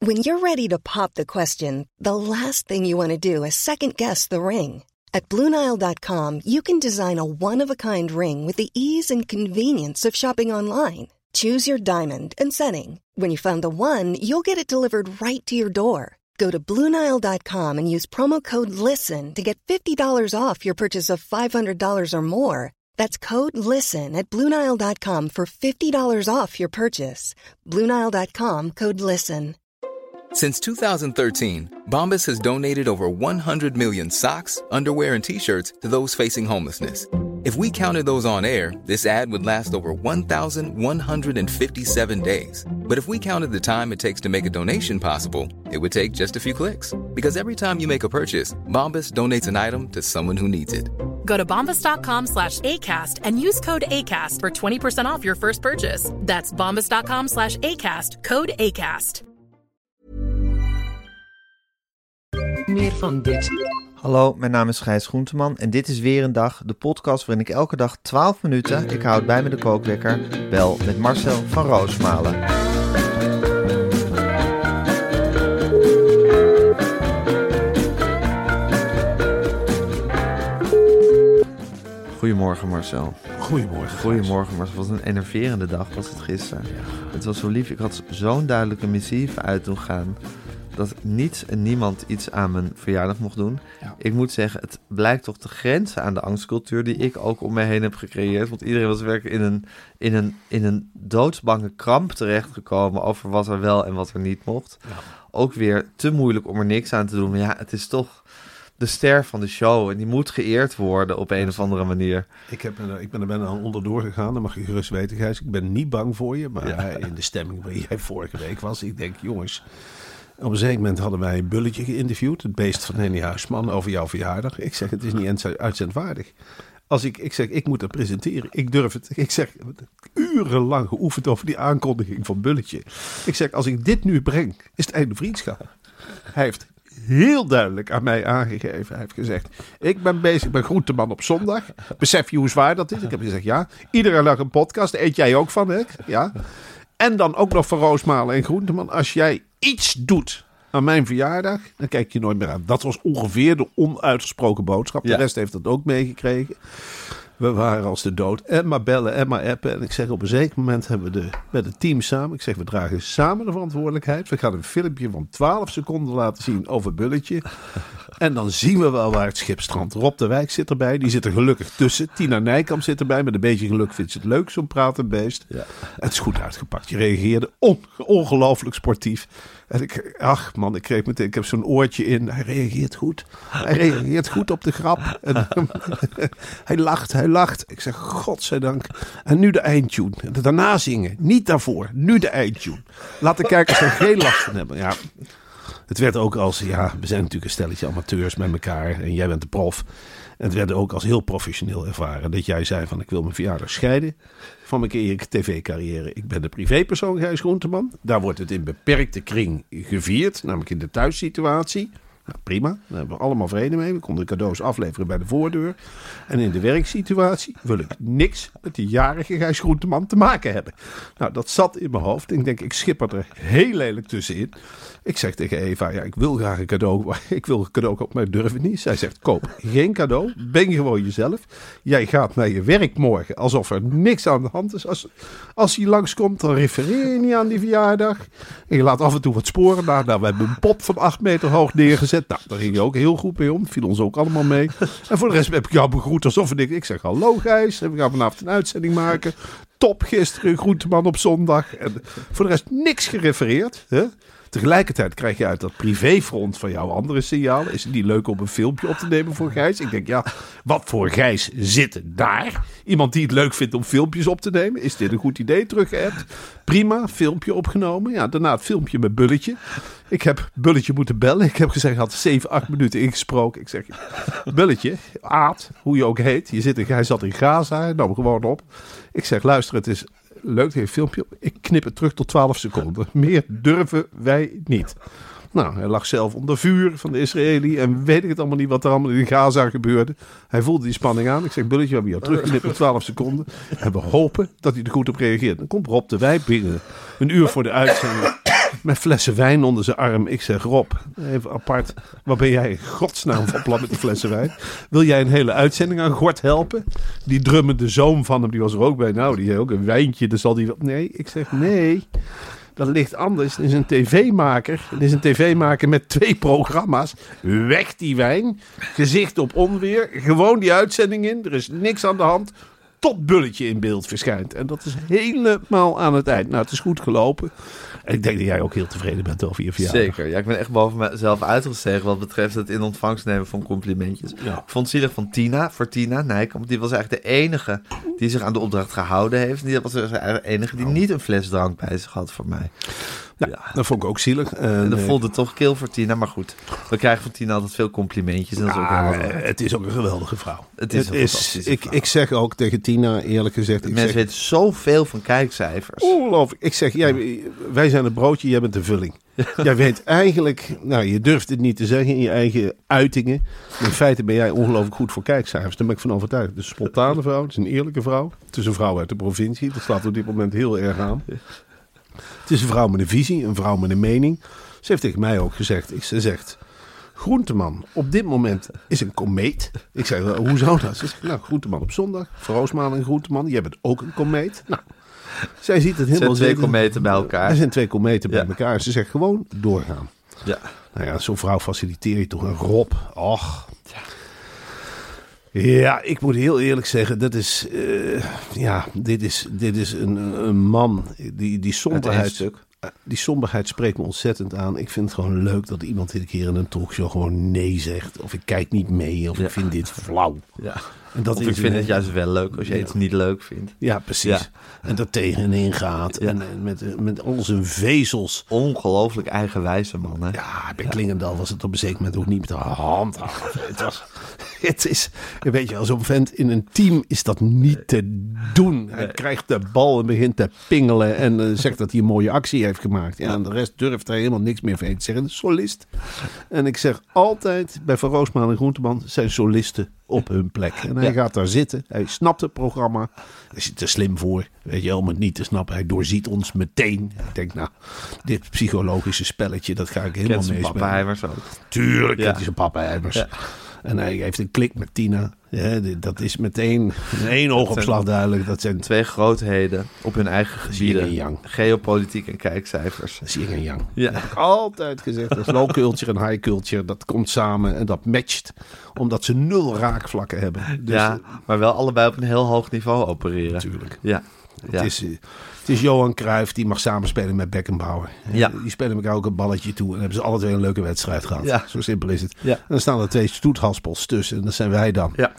When you're ready to pop the question, the last thing you want to do is second-guess the ring. At BlueNile.com, you can design a one-of-a-kind ring with the ease and convenience of shopping online. Choose your diamond and setting. When you find the one, you'll get it delivered right to your door. Go to BlueNile.com and use promo code LISTEN to get $50 off your purchase of $500 or more. That's code LISTEN at BlueNile.com for $50 off your purchase. BlueNile.com, code LISTEN. Since 2013, Bombas has donated over 100 million socks, underwear, and T-shirts to those facing homelessness. If we counted those on air, this ad would last over 1,157 days. But if we counted the time it takes to make a donation possible, it would take just a few clicks. Because every time you make a purchase, Bombas donates an item to someone who needs it. Go to bombas.com/ACAST and use code ACAST for 20% off your first purchase. That's bombas.com/ACAST, code ACAST. Meer van dit. Hallo, mijn naam is Gijs Groenteman en dit is weer een dag, de podcast waarin ik elke dag 12 minuten, ik houd bij me de kookwekker, bel met Marcel van Roosmalen. Goedemorgen Marcel. Goedemorgen Marcel. Wat een enerverende dag was het gisteren. Ja. Het was zo lief, ik had zo'n duidelijke missieve uit doen gaan dat niets en niemand iets aan mijn verjaardag mocht doen. Ja. Ik moet zeggen, het blijkt toch te grenzen aan de angstcultuur die ik ook om mij heen heb gecreëerd. Want iedereen was werkelijk in een doodsbange kramp terechtgekomen over wat er wel en wat er niet mocht. Ja. Ook weer te moeilijk om er niks aan te doen. Maar ja, het is toch de ster van de show en die moet geëerd worden op een of andere manier. Ik ben er bijna onderdoor gegaan, dat mag je gerust weten, Gijs. Ik ben niet bang voor je, maar in de stemming waar jij vorige week was, ik denk, jongens, op een zeker moment hadden wij een Bulletje geïnterviewd, het beest van Henny Huisman, over jouw verjaardag. Ik zeg, het is niet uitzendwaardig. Ik zeg, ik moet het presenteren. Ik durf het. Ik zeg, urenlang geoefend over die aankondiging van Bulletje. Ik zeg, als ik dit nu breng, is het einde vriendschap. Hij heeft heel duidelijk aan mij aangegeven. Hij heeft gezegd, ik ben bezig met Groenteman op zondag. Besef je hoe zwaar dat is? Ik heb gezegd, ja. Iedere dag een podcast. Daar eet jij ook van, hè? Ja. En dan ook nog van Roosmalen en Groenteman. Als jij iets doet aan mijn verjaardag, dan kijk je nooit meer aan. Dat was ongeveer de onuitgesproken boodschap. De rest heeft dat ook meegekregen. We waren als de dood. En maar bellen en maar appen. En ik zeg, op een zeker moment hebben we met het team samen. Ik zeg, we dragen samen de verantwoordelijkheid. We gaan een filmpje van 12 seconden laten zien over Bulletje. En dan zien we wel waar het schip strandt. Rob de Wijk zit erbij. Die zit er gelukkig tussen. Tina Nijkamp zit erbij. Met een beetje geluk vindt ze het leuk, zo'n pratend beest. Ja. Het is goed uitgepakt. Je reageerde ongelooflijk sportief. En ik kreeg meteen, ik heb zo'n oortje in. Hij reageert goed. Hij reageert goed op de grap. En, hij lacht. Ik zeg, godzijdank. En nu de eindtune. Daarna zingen. Niet daarvoor. Nu de eindtune. Laat de kijkers er geen last van hebben. Ja, het werd ook als, we zijn natuurlijk een stelletje amateurs met elkaar. En jij bent de prof. En het werd ook als heel professioneel ervaren. Dat jij zei van, ik wil mijn verjaardag scheiden van mijn tv-carrière. Ik ben de privépersoon, Gijs Groenteman. Daar wordt het in beperkte kring gevierd. Namelijk in de thuissituatie. Nou, prima, daar hebben we allemaal vrede mee. We konden cadeaus afleveren bij de voordeur. En in de werksituatie wil ik niks met die jarige Gijs Groenteman te maken hebben. Nou, dat zat in mijn hoofd. Ik denk, ik schipper er heel lelijk tussenin. Ik zeg tegen Eva, ik wil graag een cadeau. Maar ik wil een cadeau kopen, maar ik durf het niet. Zij zegt, koop geen cadeau. Ben gewoon jezelf. Jij gaat naar je werk morgen alsof er niks aan de hand is. Als hij langskomt, dan refereer je niet aan die verjaardag. En je laat af en toe wat sporen na. Nou, we hebben een pop van 8 meter hoog neergezet. Nou, daar ging je ook heel goed mee om. Viel ons ook allemaal mee. En voor de rest heb ik jou begroet alsof ik zeg, hallo Gijs. We gaan vanavond een uitzending maken. Top, gisteren Groenteman op zondag. En voor de rest niks gerefereerd. Hè? Tegelijkertijd krijg je uit dat privéfront van jouw andere signalen. Is het niet leuk om een filmpje op te nemen voor Gijs? Ik denk, wat voor Gijs zit daar? Iemand die het leuk vindt om filmpjes op te nemen. Is dit een goed idee? Teruggeappt. Prima, filmpje opgenomen. Ja, daarna het filmpje met Bulletje. Ik heb Bulletje moeten bellen. Ik heb gezegd, hij had 7, 8 minuten ingesproken. Ik zeg, Bulletje, Aad, hoe je ook heet. Hij zat in Gaza, nam gewoon op. Ik zeg, luister, het is leuk, een filmpje. Ik knip het terug tot 12 seconden. Meer durven wij niet. Nou, hij lag zelf onder vuur van de Israëli en weet ik het allemaal niet wat er allemaal in Gaza gebeurde. Hij voelde die spanning aan. Ik zeg, Bulletje, we hebben jou teruggeknipt in 12 seconden. En we hopen dat hij er goed op reageert. Dan komt Rob de Wijk binnen. Een uur voor de uitzending. met flessen wijn onder zijn arm. Ik zeg, Rob, even apart. Wat ben jij in godsnaam van plan met die flessen wijn? Wil jij een hele uitzending aan Gort helpen? Die drummende zoon van hem, die was er ook bij. Nou, die heeft ook een wijntje. Dan zal die... Nee, ik zeg, nee. Dat ligt anders. Het is een tv-maker. Het is een tv-maker met 2 programma's. Weg die wijn. Gezicht op onweer. Gewoon die uitzending in. Er is niks aan de hand. Tot Bulletje in beeld verschijnt. En dat is helemaal aan het eind. Nou, het is goed gelopen. En ik denk dat jij ook heel tevreden bent over je verjaardag. Zeker. Ja, ik ben echt boven mezelf uitgestegen wat betreft het in ontvangst nemen van complimentjes. Ja. Ik vond het zielig van Tina, voor Tina Nijkamp. Die was eigenlijk de enige die zich aan de opdracht gehouden heeft. Die was de enige die niet een fles drank bij zich had voor mij. Ja, dat vond ik ook zielig. En dat voelde toch kil voor Tina. Maar goed, we krijgen van Tina altijd veel complimentjes. En dat is ook het is ook een geweldige vrouw. Het is een fantastische vrouw. Ik zeg ook tegen Tina, eerlijk gezegd... Mensen weten zoveel van kijkcijfers. Ongelooflijk. Ik zeg, wij zijn het broodje, jij bent de vulling. Jij weet eigenlijk... Nou, je durft het niet te zeggen in je eigen uitingen. Maar in feite ben jij ongelooflijk goed voor kijkcijfers. Daar ben ik van overtuigd. Het is een spontane vrouw. Het is een eerlijke vrouw. Het is een vrouw uit de provincie. Dat slaat op dit moment heel erg aan. Het is een vrouw met een visie, een vrouw met een mening. Ze heeft tegen mij ook gezegd, ze zegt... Groenteman op dit moment is een komeet. Ik zei, hoe zou dat? Ze zegt, nou, Groenteman op zondag. Roosmalen en Groenteman, jij bent ook een komeet. Nou, zij ziet het helemaal... Er zijn 2 kometen bij elkaar. Er zijn 2 kometen bij elkaar. Ze zegt gewoon doorgaan. Ja. Nou ja, zo'n vrouw faciliteer je toch een Rob. Och. Ja, ik moet heel eerlijk zeggen, dat is... dit is een man. Die somberheid... Die somberheid spreekt me ontzettend aan. Ik vind het gewoon leuk dat iemand dit keer in een talkshow gewoon nee zegt. Of ik kijk niet mee. Of ik vind dit flauw. Ja. En dat of ik vind het juist wel leuk als je iets niet leuk vindt. Ja, precies. Ja. En er tegenin gaat. Ja. En met al zijn vezels. Ongelooflijk eigenwijze man, hè? Ja, bij Klingendal was het op een zeker moment ook niet met de hand. Het is, weet je, als een vent in een team is dat niet te doen. Hij krijgt de bal en begint te pingelen en zegt dat hij een mooie actie heeft gemaakt. Ja, en de rest durft hij helemaal niks meer van te zeggen. Een solist. En ik zeg altijd bij Van Roosmalen en Groenteman zijn solisten op hun plek. En hij gaat daar zitten. Hij snapt het programma. Hij is er te slim voor. Weet je, om het niet te snappen. Hij doorziet ons meteen. Ik denk, nou, dit psychologische spelletje, dat ga ik helemaal mee spelen. Papa Heijmers ook. Tuurlijk kent hij zijn Papa Heijmers. Ja. En hij heeft een klik met Tina. Ja, dat is meteen in 1 oogopslag duidelijk. Dat zijn 2 grootheden op hun eigen gebieden. Geopolitiek en kijkcijfers. Dat is yin en yang. Ja. Dat heb ik altijd gezegd. Dat is low culture en high culture. Dat komt samen en dat matcht. Omdat ze 0 raakvlakken hebben. Dus ja, maar wel allebei op een heel hoog niveau opereren. Natuurlijk. Ja. Het is Johan Cruijff die mag samenspelen met Beckenbauer. Ja. Die spelen elkaar ook een balletje toe. En hebben ze alle 2 een leuke wedstrijd gehad. Ja. Zo simpel is het. Ja. En dan staan er 2 stoethaspels tussen. En dat zijn wij dan. Ja.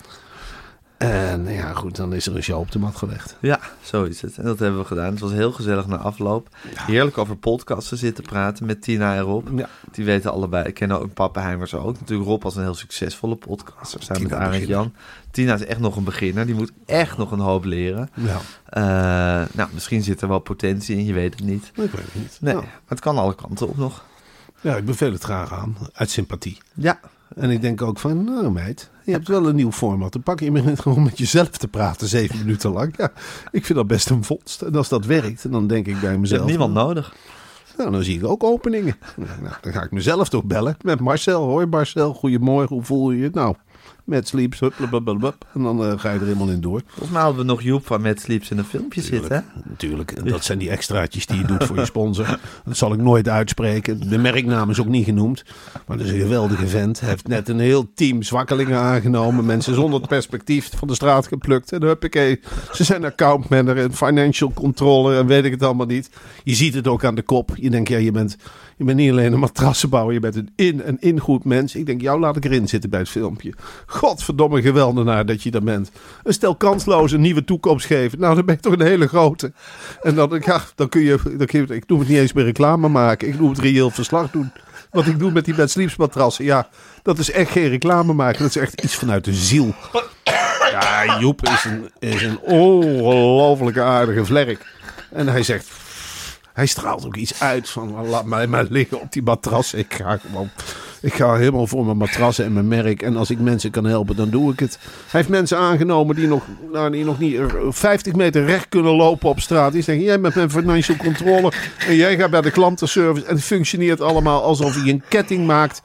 En ja, goed, dan is er een show op de mat gelegd. Ja, zo is het. En dat hebben we gedaan. Het was heel gezellig na afloop. Ja. Heerlijk over podcasten zitten praten met Tina en Rob. Ja. Die weten allebei. Ik ken ook Papa Heijmers ook. Natuurlijk Rob als een heel succesvolle podcaster. Samen met Arend Jan. Tina is echt nog een beginner. Die moet echt nog een hoop leren. Ja. Nou, misschien zit er wel potentie in. Je weet het niet. Ik weet het niet. Nee, maar het kan alle kanten op nog. Ja, ik beveel het graag aan. Uit sympathie. Ja. En ik denk ook van, nou meid, je hebt wel een nieuw format. Dan pak je begint gewoon met jezelf te praten 7 minuten lang. Ja, ik vind dat best een vondst. En als dat werkt, dan denk ik bij mezelf... Je hebt niemand nodig. Nou, dan zie ik ook openingen. Nou, dan ga ik mezelf toch bellen met Marcel. Hoi Marcel, goedemorgen, hoe voel je je? Nou, Mad Sleeps, en dan ga je er helemaal in door. Volgens mij hadden we nog Joep van Mad Sleeps in een filmpje zitten, hè? Natuurlijk, en dat zijn die extraatjes die je doet voor je sponsor. Dat zal ik nooit uitspreken. De merknaam is ook niet genoemd. Maar dat is een geweldige vent. Hij heeft net een heel team zwakkelingen aangenomen. Mensen zonder het perspectief van de straat geplukt. En huppakee, ze zijn accountmanager en financial controller en weet ik het allemaal niet. Je ziet het ook aan de kop. Je denkt, ja, je bent niet alleen een matrassenbouwer, je bent een ingoed mens. Ik denk, jou laat ik erin zitten bij het filmpje. Godverdomme geweldenaar dat je daar bent. Een stel kansloos een nieuwe toekomst geven. Nou, dan ben je toch een hele grote. En dan kun je, ik noem het niet eens meer reclame maken. Ik noem het reëel verslag doen. Wat ik doe met die Mad Sleeps matrassen. Ja, dat is echt geen reclame maken. Dat is echt iets vanuit de ziel. Ja, Joep is een ongelooflijke aardige vlerk. En hij zegt... Hij straalt ook iets uit van laat mij maar liggen op die matras. Ik ga gewoon... Ik ga helemaal voor mijn matrassen en mijn merk. En als ik mensen kan helpen, dan doe ik het. Hij heeft mensen aangenomen die nog niet 50 meter recht kunnen lopen op straat. Die zeggen, jij bent mijn financial controller. En jij gaat bij de klantenservice. En het functioneert allemaal alsof hij een ketting maakt.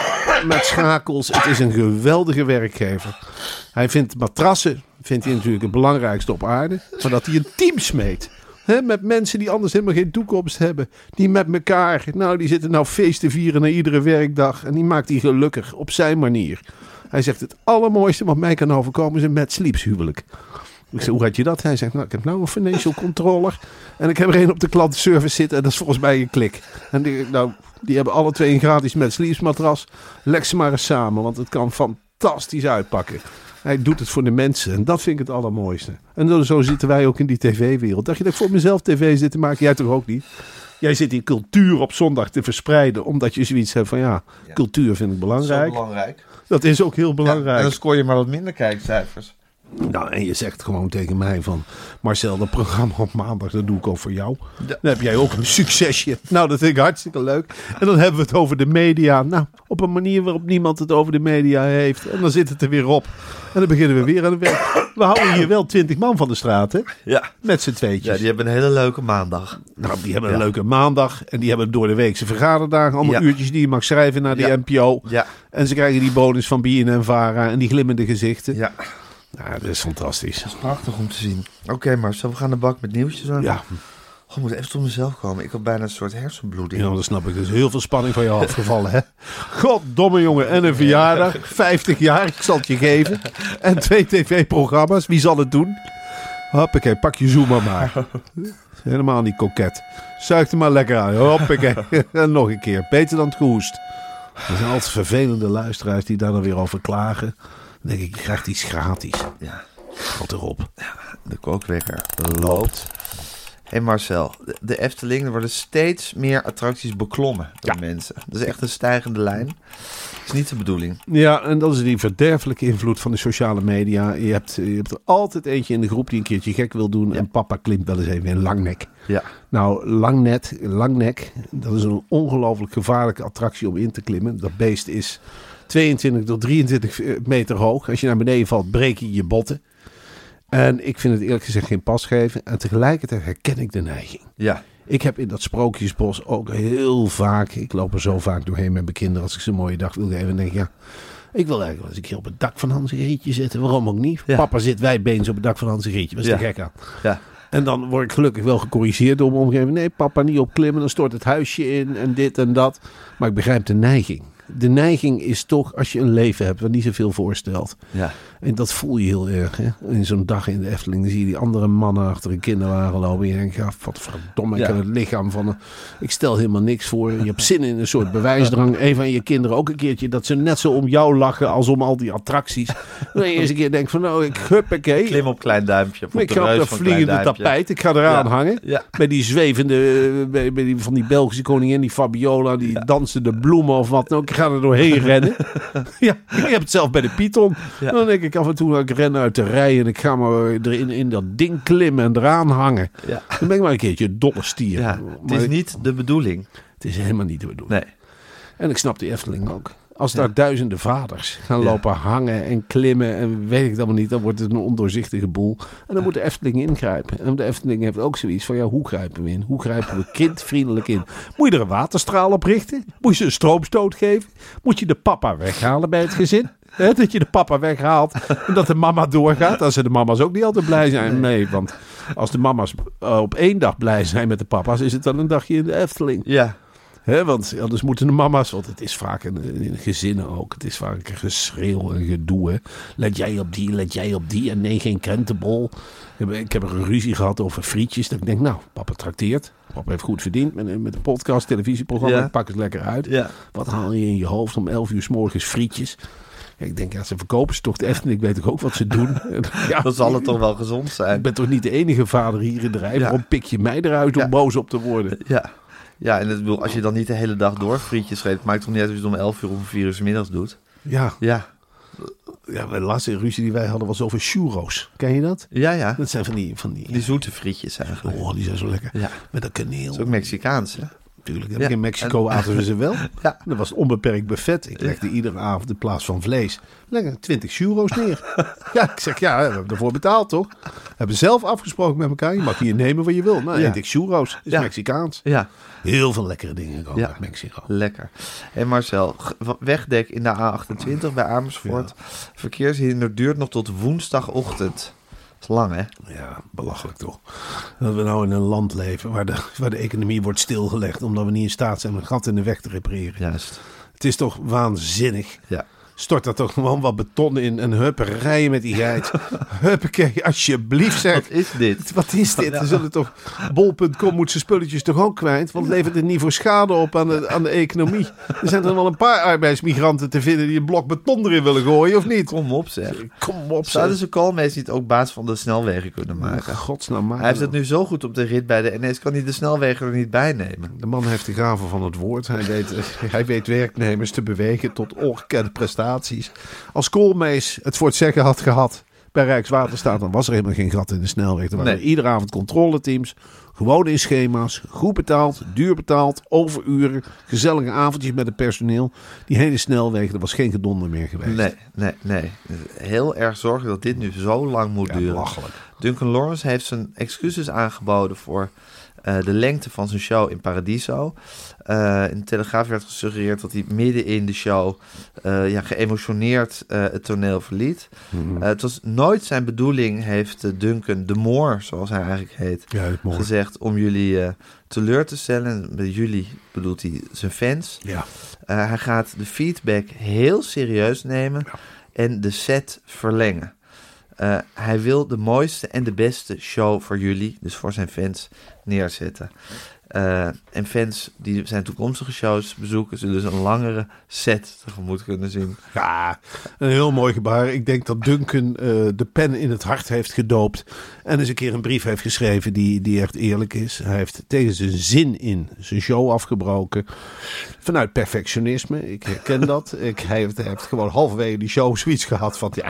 Met schakels. Het is een geweldige werkgever. Hij vindt matrassen natuurlijk het belangrijkste op aarde. Maar dat hij een team smeet. Met mensen die anders helemaal geen toekomst hebben. Die met elkaar, die zitten feest te vieren na iedere werkdag. En die maakt die gelukkig op zijn manier. Hij zegt, het allermooiste wat mij kan overkomen is een Mad Sleeps huwelijk. Ik zeg, hoe had je dat? Hij zegt, ik heb een financial controller. En ik heb er een op de klantenservice zitten. En dat is volgens mij een klik. En die hebben alle twee een gratis Mad Sleeps matras. Leg ze maar eens samen, want het kan fantastisch uitpakken. Hij doet het voor de mensen. En dat vind ik het allermooiste. En zo zitten wij ook in die tv-wereld. Dacht je dat ik voor mezelf tv zit te maken? Jij toch ook niet? Jij zit die cultuur op zondag te verspreiden. Omdat je zoiets hebt van cultuur vind ik belangrijk. Dat is belangrijk. Dat is ook heel belangrijk. En dan scoor je maar wat minder kijkcijfers. En je zegt gewoon tegen mij van... Marcel, dat programma op maandag, dat doe ik ook voor jou. Ja. Dan heb jij ook een succesje. Dat vind ik hartstikke leuk. En dan hebben we het over de media. Op een manier waarop niemand het over de media heeft. En dan zit het er weer op. En dan beginnen we weer aan het werk. We houden hier wel 20 man van de straat, hè? Ja. Met z'n tweetjes. Ja, die hebben een hele leuke maandag. Die hebben een leuke maandag. En die hebben door de weekse vergaderdagen. Allemaal uurtjes die je mag schrijven naar de NPO. Ja. En ze krijgen die bonus van BNN-Vara. En die glimmende gezichten. Ja. Dat is fantastisch. Dat is prachtig om te zien. Oké, Marcel, we gaan de bak met nieuwtjes aan. Ja. Ik moet even tot mezelf komen. Ik had bijna een soort hersenbloeding. Ja, dat snap ik. Er is heel veel spanning van jou afgevallen, hè? Goddomme jongen. En een verjaardag. 50 jaar, ik zal het je geven. En 2 tv-programma's. Wie zal het doen? Hoppakee, pak je Zuma maar. Helemaal niet koket. Zuig er maar lekker aan. Hoppakee. En nog een keer. Beter dan het gehoest. Er zijn altijd vervelende luisteraars die daar dan weer over klagen. Dan denk ik, je krijgt iets gratis. Ja. Wat erop. Ja, de kookwekker loopt. Hey Marcel, de Efteling, er worden steeds meer attracties beklommen door mensen. Dat is echt een stijgende lijn. Dat is niet de bedoeling. Ja, en dat is die verderfelijke invloed van de sociale media. Je hebt er altijd eentje in de groep die een keertje gek wil doen. Ja. En papa klimt wel eens even in Langnek. Ja. Langnek, dat is een ongelooflijk gevaarlijke attractie om in te klimmen. Dat beest is 22 tot 23 meter hoog. Als je naar beneden valt, breek je je botten. En ik vind het eerlijk gezegd geen pas geven. En tegelijkertijd herken ik de neiging. Ja. Ik heb in dat Sprookjesbos ook heel vaak... Ik loop er zo vaak doorheen met mijn kinderen als ik ze een mooie dag wil geven. En denk ik, ik wil eigenlijk wel eens een keer op het dak van Hans en Grietje zitten. Waarom ook niet? Ja. Papa zit wijdbeens op het dak van Hans en Grietje. Wat is er gek aan? Ja. En dan word ik gelukkig wel gecorrigeerd door mijn omgeving. Nee, papa, niet opklimmen. Dan stort het huisje in en dit en dat. Maar ik begrijp de neiging. De neiging is toch, als je een leven hebt wat niet zoveel voorstelt. Ja. En dat voel je heel erg. Hè? In zo'n dag in de Efteling dan zie je die andere mannen achter een kinderwagen lopen. En je denkt, wat verdomme, ik heb het lichaam van ik stel helemaal niks voor. Je hebt zin in een soort bewijsdrang. Een van je kinderen ook een keertje dat ze net zo om jou lachen als om al die attracties. Dan je eerst een keer denkt van, huppakee. Klim op klein duimpje. Ik ga op dat vliegende tapijt. Ik ga eraan hangen. Ja. Bij die zwevende, van die Belgische koningin, die Fabiola, die dansen de bloemen of wat. Nou, ik ga er doorheen rennen. Ja, ik heb het zelf bij de Python. Ja. Dan denk ik af en toe dat ik ren uit de rij en ik ga maar erin in dat ding klimmen en eraan hangen. Ja. Dan ben ik maar een keertje een dolle stier. Ja, het is niet de bedoeling. Het is helemaal niet de bedoeling. Nee. En ik snap de Efteling ook. Als daar duizenden vaders gaan lopen hangen en klimmen en weet ik dat maar niet, dan wordt het een ondoorzichtige boel. En dan moet de Efteling ingrijpen. En de Efteling heeft ook zoiets van, hoe grijpen we in? Hoe grijpen we kindvriendelijk in? Moet je er een waterstraal op richten? Moet je ze een stroomstoot geven? Moet je de papa weghalen bij het gezin? Dat je de papa weghaalt en dat de mama doorgaat. Dan zijn de mama's ook niet altijd blij zijn. Nee, want als de mama's op 1 dag blij zijn met de papa's, is het dan een dagje in de Efteling. Ja. Want anders moeten de mama's, want het is vaak in gezinnen ook, het is vaak een geschreeuw en gedoe. Hè. Let jij op die en nee, geen krentenbol. Ik heb een ruzie gehad over frietjes. Dat ik denk, papa trakteert. Papa heeft goed verdiend met een podcast, televisieprogramma. Ja. Ik pak het lekker uit. Ja. Wat haal je in je hoofd om 11 uur 's morgens frietjes? Ik denk, ze verkopen ze toch de Efteling. Ik weet toch ook wat ze doen. Dan zal het toch wel gezond zijn. Ik ben toch niet de enige vader hier in de rij. Waarom pik je mij eruit om boos op te worden? Ja. Ja, en als je dan niet de hele dag door frietjes geeft, maakt het toch niet uit of je het om 11 uur of om 4 uur 's middags doet? Ja. Ja. Ja, de laatste ruzie die wij hadden was over churros. Ken je dat? Ja, ja. Dat zijn van die zoete frietjes eigenlijk. Oh, die zijn zo lekker. Ja. Met een kaneel. Dat is ook Mexicaans, hè? natuurlijk. In Mexico aten we ze wel. Ja. Dat was onbeperkt buffet. Ik legde iedere avond in plaats van vlees 20 euro's neer. Ja, ik zeg, we hebben ervoor betaald, toch? We hebben zelf afgesproken met elkaar. Je mag hier nemen wat je wil. Nou, eet ik euro's. Dat is Mexicaans. Ja. Heel veel lekkere dingen komen uit Mexico. Lekker. Hey Marcel, wegdek in de A28 bij Amersfoort. Verkeershinder duurt nog tot woensdagochtend. Dat is lang, hè? Ja, belachelijk toch. Dat we nou in een land leven waar de economie wordt stilgelegd, omdat we niet in staat zijn om een gat in de weg te repareren. Juist. Het is toch waanzinnig. Ja. Stort daar toch gewoon wat beton in en rijden met die geit. Huppakee, alsjeblieft zeg. Wat is dit? Wat is dit? Ja. Er zullen toch... Bol.com moet zijn spulletjes toch ook kwijt? Want levert het niet voor schade op aan de economie? Er zijn er wel een paar arbeidsmigranten te vinden die een blok beton erin willen gooien, of niet? Kom op, zeg. Kom op, zeg. Zouden ze Koolmees niet ook baas van de snelwegen kunnen maken? Godsnaam, maken. Hij heeft het nu zo goed op de rit bij de NS, kan hij de snelwegen er niet bij nemen. De man heeft de gave van het woord. Hij weet werknemers te bewegen tot ongekende prestaties. Als Koolmees het voor het zeggen had gehad bij Rijkswaterstaat, dan was er helemaal geen gat in de snelweg. Er waren iedere avond controleteams, gewoon in schema's, goed betaald, duur betaald, overuren, gezellige avondjes met het personeel. Die hele snelweg, er was geen gedonder meer geweest. Nee. Heel erg zorgen dat dit nu zo lang moet duren. Belachelijk. Duncan Lawrence heeft zijn excuses aangeboden voor de lengte van zijn show in Paradiso. In de Telegraaf werd gesuggereerd dat hij midden in de show geëmotioneerd het toneel verliet. Het was nooit zijn bedoeling, heeft Duncan de Moor, zoals hij eigenlijk heet, gezegd, om jullie teleur te stellen. Bij jullie bedoelt hij zijn fans. Ja. Hij gaat de feedback heel serieus nemen en de set verlengen. Hij wil de mooiste en de beste show voor jullie, dus voor zijn fans, neerzetten. En fans die zijn toekomstige shows bezoeken, zullen dus een langere set tegemoet kunnen zien. Ja, een heel mooi gebaar. Ik denk dat Duncan de pen in het hart heeft gedoopt en eens een keer een brief heeft geschreven die echt eerlijk is. Hij heeft tegen zijn zin in zijn show afgebroken. Vanuit perfectionisme, ik herken dat. Hij heeft gewoon halverwege die show zoiets gehad van,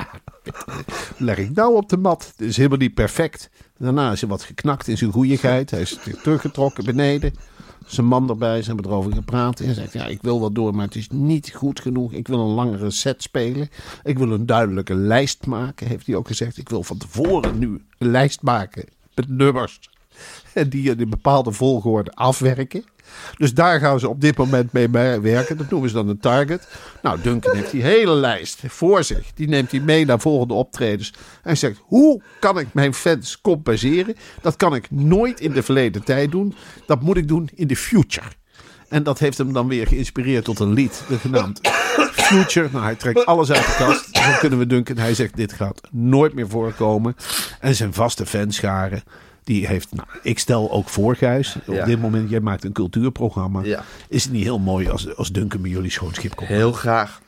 leg ik nou op de mat? Het is helemaal niet perfect. Daarna is hij wat geknakt in zijn goeieigheid. Hij is teruggetrokken beneden. Zijn man erbij, ze hebben erover gepraat. En hij zegt, ik wil wel door, maar het is niet goed genoeg. Ik wil een langere set spelen. Ik wil een duidelijke lijst maken, heeft hij ook gezegd. Ik wil van tevoren nu een lijst maken met nummers. En die in een bepaalde volgorde afwerken. Dus daar gaan ze op dit moment mee werken. Dat noemen ze dan een target. Nou, Duncan heeft die hele lijst voor zich. Die neemt hij mee naar volgende optredens. En hij zegt, hoe kan ik mijn fans compenseren? Dat kan ik nooit in de verleden tijd doen. Dat moet ik doen in de future. En dat heeft hem dan weer geïnspireerd tot een lied. Genaamd Future. Nou, hij trekt alles uit de kast. Dan kunnen we Duncan. Hij zegt, dit gaat nooit meer voorkomen. En zijn vaste fanscharen. Die heeft, ik stel ook voor, Gijs, op dit moment, jij maakt een cultuurprogramma. Ja. Is het niet heel mooi als Duncan bij jullie schoon schip komt? Heel graag.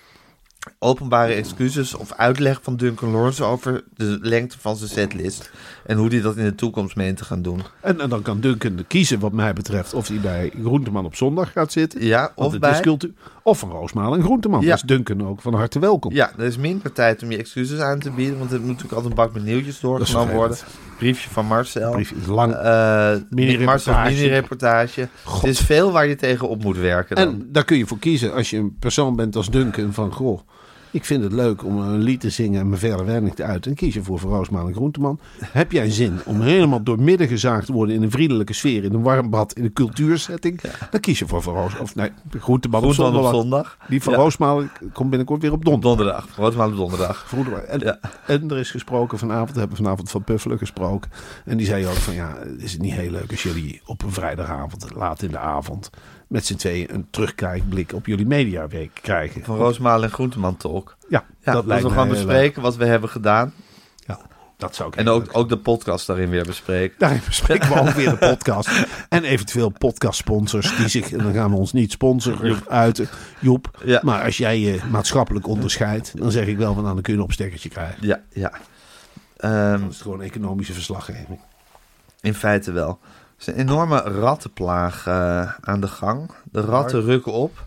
Openbare excuses of uitleg van Duncan Lawrence over de lengte van zijn setlist. En hoe hij dat in de toekomst meent te gaan doen. En dan kan Duncan kiezen, wat mij betreft, of hij bij Groenteman op zondag gaat zitten. Ja, of van Roosmalen en Groenteman. Ja. Dus Duncan ook van harte welkom. Ja, er is minder tijd om je excuses aan te bieden. Want er moet natuurlijk altijd een bak met nieuwtjes doorgenomen worden. Briefje van Marcel. Briefje lang. Mini-reportage. Het is veel waar je tegen op moet werken dan. En daar kun je voor kiezen als je een persoon bent als Duncan van, goh, ik vind het leuk om een lied te zingen en me verder weinig te uiten. En kies je voor Roosmalen en Groenteman. Heb jij zin om helemaal doormidden gezaagd te worden in een vriendelijke sfeer, in een warm bad, in een cultuursetting? Ja. Dan kies je voor Groenteman op zondag. Die van Roosmalen komt binnenkort weer op donderdag. Roosmalen op donderdag. En er is gesproken vanavond, we hebben vanavond van Puffelen gesproken. En die zei ook van, is het niet heel leuk als jullie op een vrijdagavond, laat in de avond, met z'n tweeën een terugkijkblik op jullie mediaweek krijgen. Van Roosmalen en Groenteman Talk. Ja, dat lijkt me. We gaan bespreken wat we hebben gedaan. Ja, dat zou ik. En ook de podcast daarin weer bespreken. Daarin bespreken we ook weer de podcast. En eventueel podcastsponsors die zich, en dan gaan we ons niet sponsoren uiten, Joep. Ja. Maar als jij je maatschappelijk onderscheidt, dan zeg ik wel van, dan kun je een opstekkertje krijgen. Ja. Dan is het gewoon economische verslaggeving. In feite wel. Er is een enorme rattenplaag aan de gang. De ratten rukken op.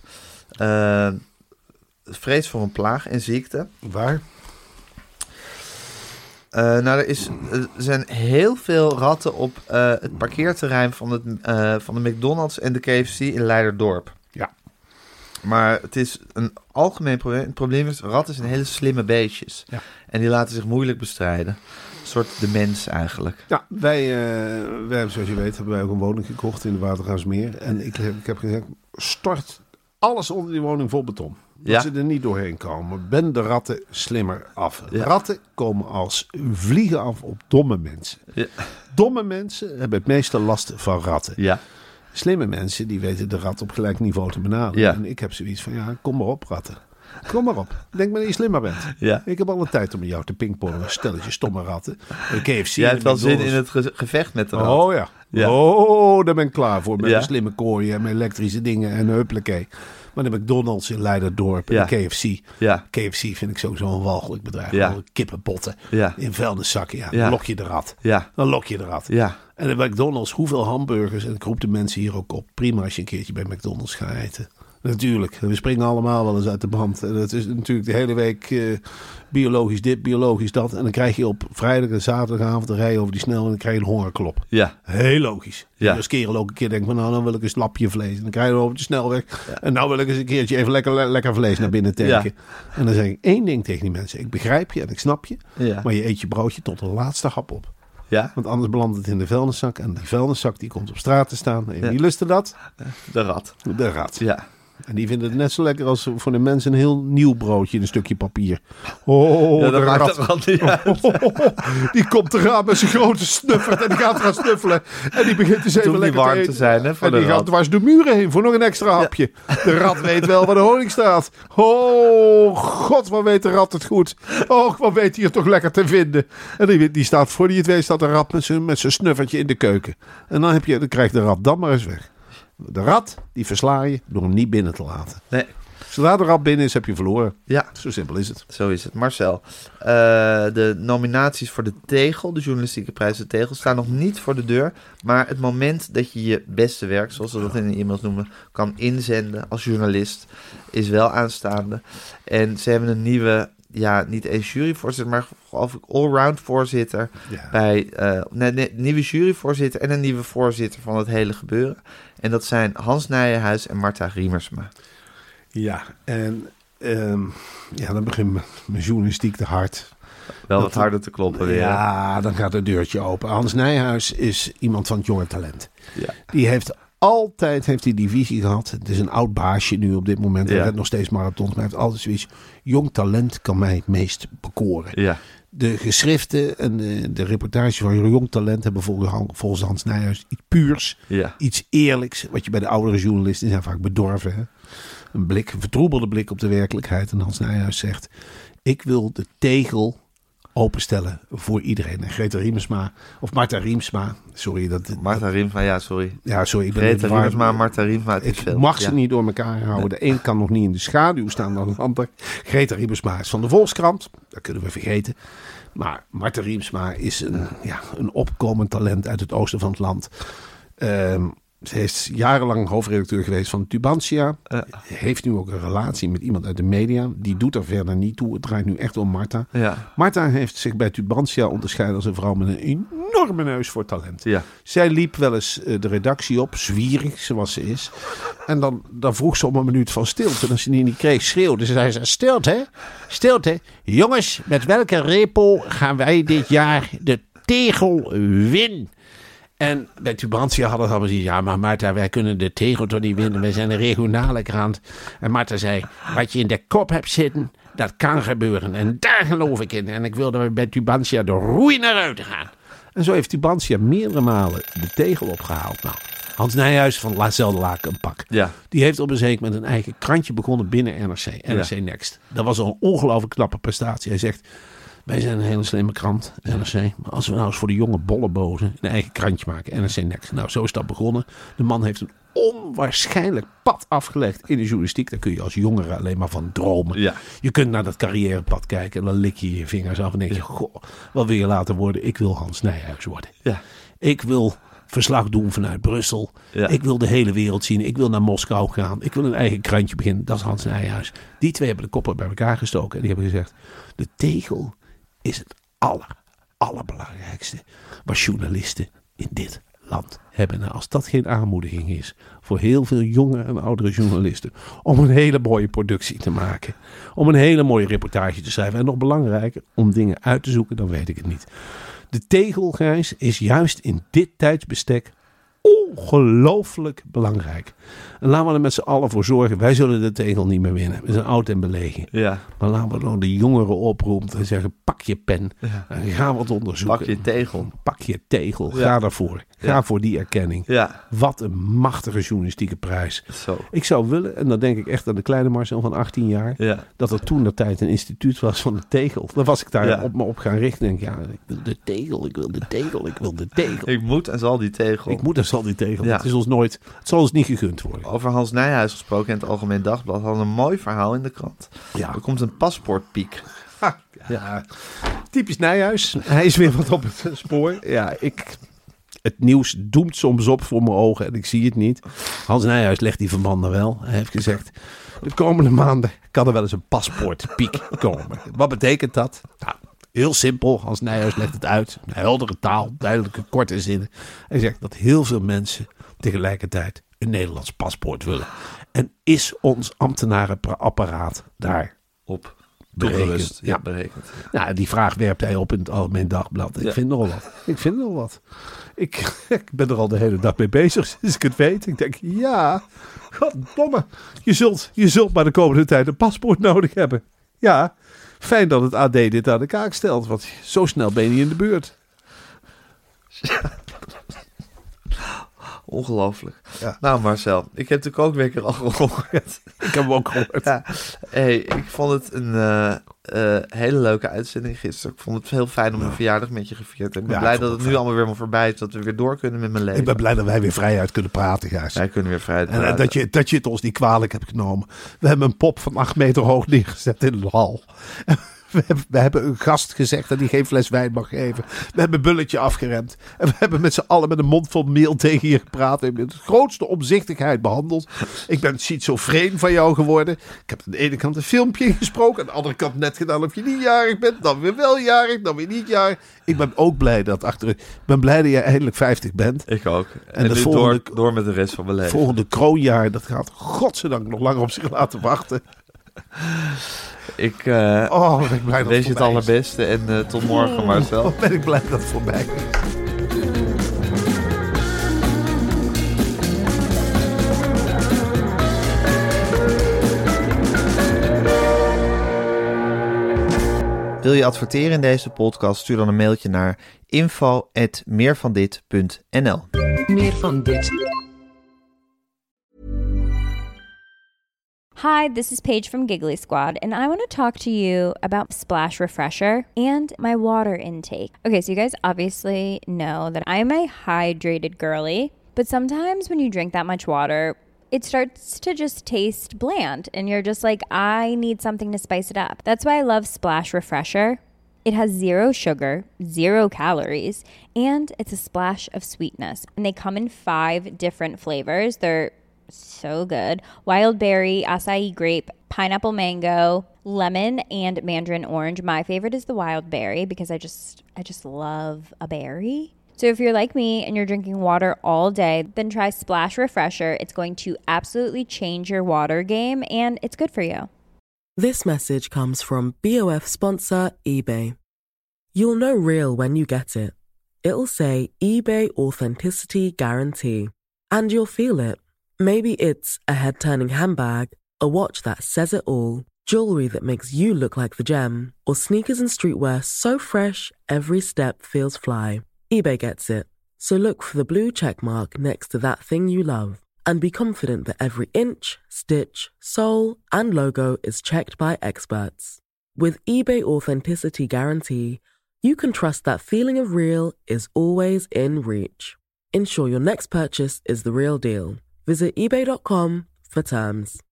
Vrees voor een plaag en ziekte. Waar? Er zijn heel veel ratten op het parkeerterrein van de McDonald's en de KFC in Leiderdorp. Ja. Maar het is een algemeen probleem. Het probleem is, ratten zijn hele slimme beestjes. Ja. En die laten zich moeilijk bestrijden. Een soort demens eigenlijk. Ja, wij hebben, zoals je weet, hebben wij ook een woning gekocht in de Watergraafsmeer. En ik heb gezegd, stort alles onder die woning vol beton. Dat ze er niet doorheen komen. Ben de ratten slimmer af. Ja. Ratten komen als vliegen af op domme mensen. Ja. Domme mensen hebben het meeste last van ratten. Ja. Slimme mensen die weten de rat op gelijk niveau te benaderen. Ja. En ik heb zoiets van, kom maar op ratten. Kom maar op. Denk maar dat je slimmer bent. Ja. Ik heb alle tijd om met jou te pingpongen. Stel dat je stomme ratten. KFC. Jij hebt wel zin in het gevecht met de rat. Oh ja. Oh, daar ben ik klaar voor. Met mijn slimme kooien en mijn elektrische dingen en huppelekee. Maar de McDonald's in Leiderdorp en KFC. Ja. KFC vind ik sowieso een walgelijk bedrijf. Ja. Kippenpotten in vuilniszakken. Ja. Dan lok je de rat. Ja. Dan lok je de rat. Ja. En de McDonald's, hoeveel hamburgers. En ik roep de mensen hier ook op. Prima als je een keertje bij McDonald's gaat eten. Natuurlijk. We springen allemaal wel eens uit de band. En het is natuurlijk de hele week biologisch dit, biologisch dat. En dan krijg je op vrijdag en zaterdagavond een rij over die snel en dan krijg je een hongerklop. Ja. Heel logisch. Ja. Dus kerel ook een keer denkt van dan wil ik een slapje vlees. En dan krijg je over de snelweg. Ja. En nou wil ik eens een keertje even lekker vlees naar binnen tanken. Ja. En dan zeg ik één ding tegen die mensen. Ik begrijp je en ik snap je. Ja. Maar je eet je broodje tot de laatste hap op. Ja. Want anders belandt het in de vuilniszak. En die vuilniszak die komt op straat te staan. En wie lusten dat? De rat. De rat. Ja. En die vinden het net zo lekker als voor de mensen een heel nieuw broodje in een stukje papier. Oh, ja, de rat. Die komt eraan met zijn grote snuffert en die gaat gaan snuffelen. En die begint dus even lekker warm te zijn. Hè, en die gaat dwars door muren heen voor nog een extra hapje. Ja. De rat weet wel waar de honing staat. Oh, god, wat weet de rat het goed. Oh, wat weet hij er toch lekker te vinden. En die staat, voor die het weet, staat de rat met zijn snuffertje in de keuken. En dan krijgt de rat dan maar eens weg. De rat, die versla je door hem niet binnen te laten. Nee. Zodra de rat binnen is, heb je verloren. Ja. Zo simpel is het. Zo is het. Marcel, de nominaties voor de Tegel, de journalistieke prijs de Tegel, staan nog niet voor de deur. Maar het moment dat je je beste werk, zoals we dat in de e-mails noemen, kan inzenden als journalist, is wel aanstaande. En ze hebben een nieuwe, niet eens juryvoorzitter, maar geloof ik allround voorzitter. Ja. Nieuwe juryvoorzitter en een nieuwe voorzitter van het hele gebeuren. En dat zijn Hans Nijenhuis en Marta Riemersma. Ja, en dan begint mijn journalistiek te hard. Wel wat harder te kloppen weer. Ja, dan gaat het deurtje open. Hans Nijenhuis is iemand van het jonge talent. Ja. Die heeft altijd die visie gehad. Het is een oud baasje nu op dit moment. Hij redt nog steeds marathons. Maar hij heeft altijd zoiets. Jong talent kan mij het meest bekoren. Ja. De geschriften en de reportages van jong talent hebben volgens Hans Nijenhuis iets puurs. Ja. Iets eerlijks. Wat je bij de oudere journalisten zijn vaak bedorven. Hè? Een vertroebelde blik op de werkelijkheid. En Hans Nijenhuis zegt, ik wil de Tegel openstellen voor iedereen. En Greta Riemersma, of Marta Riemsma, sorry. Marta Riemsma, sorry. Ja, sorry. Ik ben Greta Riemersma, Marta Riemsma, het is veel. Ik mag ze niet door elkaar houden. De een kan nog niet in de schaduw staan dan de ander. Greta Riemersma is van de Volkskrant, dat kunnen we vergeten. Maar Marta Riemsma is een opkomend talent uit het oosten van het land. Ze is jarenlang hoofdredacteur geweest van Tubantia. Heeft nu ook een relatie met iemand uit de media. Die doet er verder niet toe. Het draait nu echt om Marta. Ja. Marta heeft zich bij Tubantia onderscheiden als een vrouw met een enorme neus voor talent. Ja. Zij liep wel eens de redactie op, zwierig zoals ze is. En dan vroeg ze om een minuut van stilte. En als ze die niet kreeg, schreeuwde ze. Zei ze, stilte. Jongens, met welke repo gaan wij dit jaar de Tegel winnen? En bij Tubantia hadden ze allemaal gezegd, ja, maar Marta, wij kunnen de Tegel toch niet winnen. Wij zijn een regionale krant. En Marta zei, wat je in de kop hebt zitten, dat kan gebeuren. En daar geloof ik in. En ik wilde bij Tubantia de roei naar buiten gaan. En zo heeft Tubantia meerdere malen de Tegel opgehaald. Nou, Hans Nijenhuis van Lazel de Laken een pak. Ja. Die heeft op een zeker moment een eigen krantje begonnen binnen NRC Next. Dat was al een ongelooflijk knappe prestatie. Hij zegt, wij zijn een hele slimme krant, NRC. Maar als we nou eens voor de jonge bollebozen een eigen krantje maken, NRC Next. Nou, zo is dat begonnen. De man heeft een onwaarschijnlijk pad afgelegd in de journalistiek. Daar kun je als jongere alleen maar van dromen. Ja. Je kunt naar dat carrièrepad kijken en dan lik je je vingers af en denk je, goh, wat wil je later worden? Ik wil Hans Nijenhuis worden. Ja. Ik wil verslag doen vanuit Brussel. Ja. Ik wil de hele wereld zien. Ik wil naar Moskou gaan. Ik wil een eigen krantje beginnen. Dat is Hans Nijenhuis. Die twee hebben de koppen bij elkaar gestoken en die hebben gezegd, de Tegel is het allerbelangrijkste wat journalisten in dit land hebben. Nou, als dat geen aanmoediging is voor heel veel jonge en oudere journalisten om een hele mooie productie te maken, om een hele mooie reportage te schrijven en nog belangrijker, om dingen uit te zoeken, dan weet ik het niet. De tegel, Gijs, is juist in dit tijdsbestek ongelooflijk belangrijk. En laten we er met z'n allen voor zorgen. Wij zullen de tegel niet meer winnen. We zijn oud en belegen. Ja. Maar laten we dan de jongeren oproepen en zeggen, pak je pen. Ja. En ga wat onderzoeken. Pak je tegel. Pak je tegel. Ga daarvoor. Ga voor die erkenning. Ja. Wat een machtige journalistieke prijs. Zo. Ik zou willen, en dan denk ik echt aan de kleine Marcel van 18 jaar, dat er toen de tijd een instituut was van de tegel. Dan was ik daar op gaan richten. En denk, ik wil de tegel, ik wil de tegel, ik wil de tegel. Ik moet en zal die tegel. Ik moet en zal die tegel. Ja. Het zal ons niet gegund worden. Over Hans Nijhuis gesproken in het Algemeen Dagblad hadden een mooi verhaal in de krant. Ja. Er komt een paspoortpiek. Ja, typisch Nijhuis. Hij is weer wat op het spoor. Ja, het nieuws doemt soms op voor mijn ogen en ik zie het niet. Hans Nijhuis legt die verbanden wel. Hij heeft gezegd, de komende maanden kan er wel eens een paspoortpiek komen. Wat betekent dat? Nou, heel simpel. Hans Nijhuis legt het uit. Heldere taal, duidelijke korte zinnen. Hij zegt dat heel veel mensen tegelijkertijd een Nederlands paspoort willen. En is ons ambtenarenapparaat daarop berekend? Ja, berekend. Nou, die vraag werpt hij op in het Algemeen Dagblad. Ik vind nogal wat. Ik ben er al de hele dag mee bezig, sinds ik het weet. Ik denk, goddomme. Je zult maar de komende tijd een paspoort nodig hebben. Ja, fijn dat het AD dit aan de kaak stelt, want zo snel ben je niet in de buurt. Ongelooflijk. Ja. Nou Marcel, ik heb natuurlijk ook weer een keer al gehoord. Ik heb hem ook gehoord. Ja. Hey, ik vond het een hele leuke uitzending gisteren. Ik vond het heel fijn om mijn verjaardag met je gevierd te hebben. Ik ben blij dat het nu allemaal weer voorbij is, dat we weer door kunnen met mijn leven. Ik ben blij dat wij weer vrijuit kunnen praten, Gijs. Wij kunnen weer vrijuit praten. En dat je het ons niet kwalijk hebt genomen. We hebben een pop van 8 meter hoog neergezet in de hal. We hebben een gast gezegd dat hij geen fles wijn mag geven. We hebben een bulletje afgeremd. En we hebben met z'n allen met een mond vol meel tegen je gepraat. En met de grootste omzichtigheid behandeld. Ik ben schizofreen van jou geworden. Ik heb aan de ene kant een filmpje gesproken. Aan de andere kant net gedaan of je niet jarig bent. Dan weer wel jarig, dan weer niet jarig. Ik ben ook blij dat jij eindelijk 50 bent. Ik ook. En nu door met de rest van mijn leven. Volgende kroonjaar, dat gaat godzijdank nog langer op zich laten wachten. Ik wens je het allerbeste en tot morgen, Marcel. Ben ik blij dat het voorbij is. Wil je adverteren in deze podcast? Stuur dan een mailtje naar info@meervandit.nl. Meer van dit. Hi, this is Paige from Giggly Squad, and I want to talk to you about Splash Refresher and my water intake. Okay, so you guys obviously know that I'm a hydrated girly, but sometimes when you drink that much water, it starts to just taste bland, and you're just like, I need something to spice it up. That's why I love Splash Refresher. It has 0 sugar, 0 calories, and it's a splash of sweetness. And they come in 5 different flavors. They're so good. Wild berry, acai grape, pineapple mango, lemon, and mandarin orange. My favorite is the wild berry because I just love a berry. So if you're like me and you're drinking water all day, then try Splash Refresher. It's going to absolutely change your water game, and it's good for you. This message comes from BOF sponsor eBay. You'll know real when you get it. It'll say eBay Authenticity Guarantee. And you'll feel it. Maybe it's a head-turning handbag, a watch that says it all, jewelry that makes you look like the gem, or sneakers and streetwear so fresh every step feels fly. eBay gets it. So look for the blue check mark next to that thing you love. And be confident that every inch, stitch, sole, and logo is checked by experts. With eBay Authenticity Guarantee, you can trust that feeling of real is always in reach. Ensure your next purchase is the real deal. Visit eBay.com for terms.